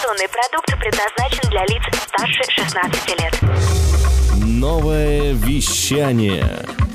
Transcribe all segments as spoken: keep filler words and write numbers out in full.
Информационный продукт предназначен для лиц старше шестнадцати лет. Новое вещание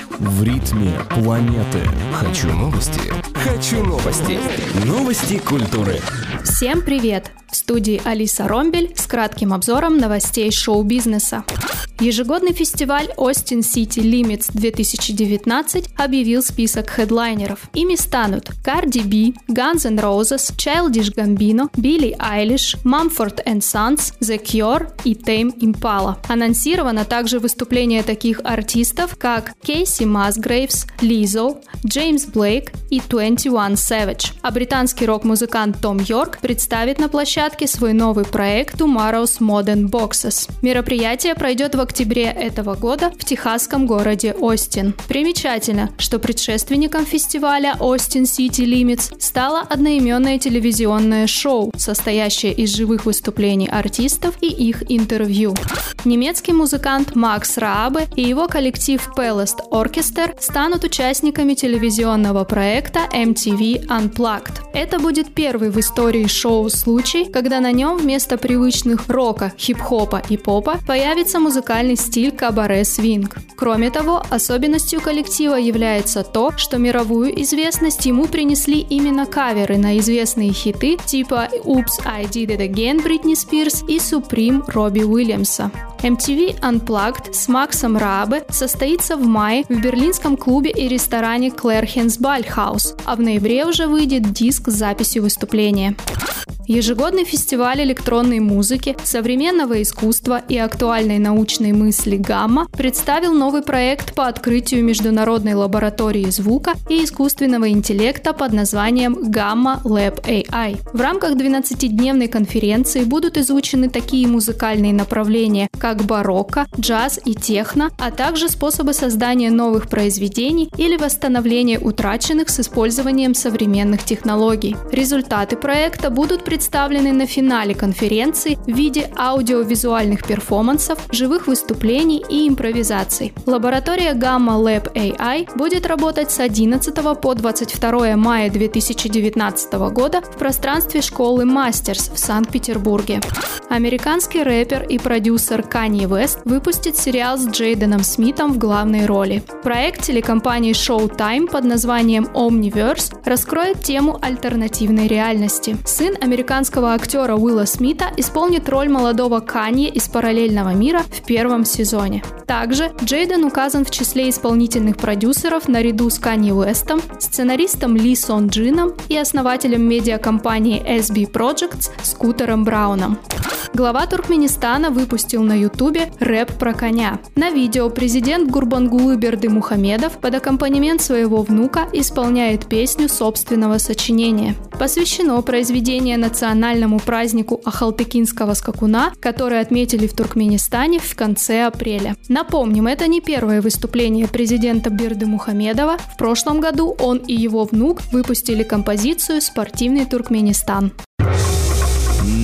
в ритме планеты. Хочу новости. Хочу новости. Новости культуры. Всем привет! В студии Алиса Ромбель с кратким обзором новостей шоу-бизнеса. Ежегодный фестиваль Austin City Limits две тысячи девятнадцать объявил список хедлайнеров. Ими станут Cardi B, Guns N' Roses, Childish Gambino, Billie Eilish, Mumford and Sons, The Cure и Tame Impala. Анонсировано также выступление таких артистов, как Кейси Масгрейвс, Lizzo, Джеймс Блейк и двадцать один Savage. А британский рок-музыкант Том Йорк представит на площадке свой новый проект Tomorrow's Modern Boxes. Мероприятие пройдет в октябре этого года в техасском городе Остин. Примечательно, что предшественником фестиваля Austin City Limits стало одноименное телевизионное шоу, состоящее из живых выступлений артистов и их интервью. Немецкий музыкант Макс Раабе и его коллектив Palast Orchester станут участниками телевизионного проекта эм ти ви Unplugged. Это будет первый в истории шоу случай, когда на нем вместо привычных рока, хип-хопа и попа появится музыкальный стиль кабаре-свинг. Кроме того, особенностью коллектива является то, что мировую известность ему принесли именно каверы на известные хиты типа Oops, I Did It Again Бритни Спирс и Supreme Робби Уильямса. эм ти ви Unplugged с Максом Раабе состоится в мае в берлинском клубе и ресторане Klärchens Ballhaus, а в ноябре уже выйдет диск с записью выступления. Ежегодный фестиваль электронной музыки, современного искусства и актуальной научной мысли «Гамма» представил новый проект по открытию международной лаборатории звука и искусственного интеллекта под названием Gamma Lab эй ай. В рамках двенадцатидневной конференции будут изучены такие музыкальные направления, как барокко, джаз и техно, а также способы создания новых произведений или восстановления утраченных с использованием современных технологий. Результаты проекта будут представлены на финале конференции в виде аудиовизуальных перформансов, живых выступлений и импровизаций. Лаборатория Gamma Lab эй ай будет работать с одиннадцатого по двадцать второе мая две тысячи девятнадцатого года в пространстве школы Мастерс в Санкт-Петербурге. Американский рэпер и продюсер Канье Уэст выпустит сериал с Джейденом Смитом в главной роли. Проект телекомпании Showtime под названием Omniverse раскроет тему альтернативной реальности. Сын американского актера Уилла Смита исполнит роль молодого Канье из параллельного мира в первом сезоне. Также Джейден указан в числе исполнительных продюсеров наряду с Канье Уэстом, сценаристом Ли Сон Джином и основателем медиакомпании эс би Projects Скутером Брауном. Глава Туркменистана выпустил на ютубе рэп про коня. На видео президент Гурбангулы Бердымухамедов под аккомпанемент своего внука исполняет песню собственного сочинения. Посвящено произведение национальному празднику Ахалтыкинского скакуна, который отметили в Туркменистане в конце апреля. Напомним, это не первое выступление президента Бердымухамедова. В прошлом году он и его внук выпустили композицию «Спортивный Туркменистан».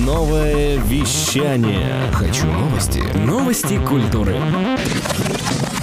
Новое вещание. Хочу новости. Новости культуры.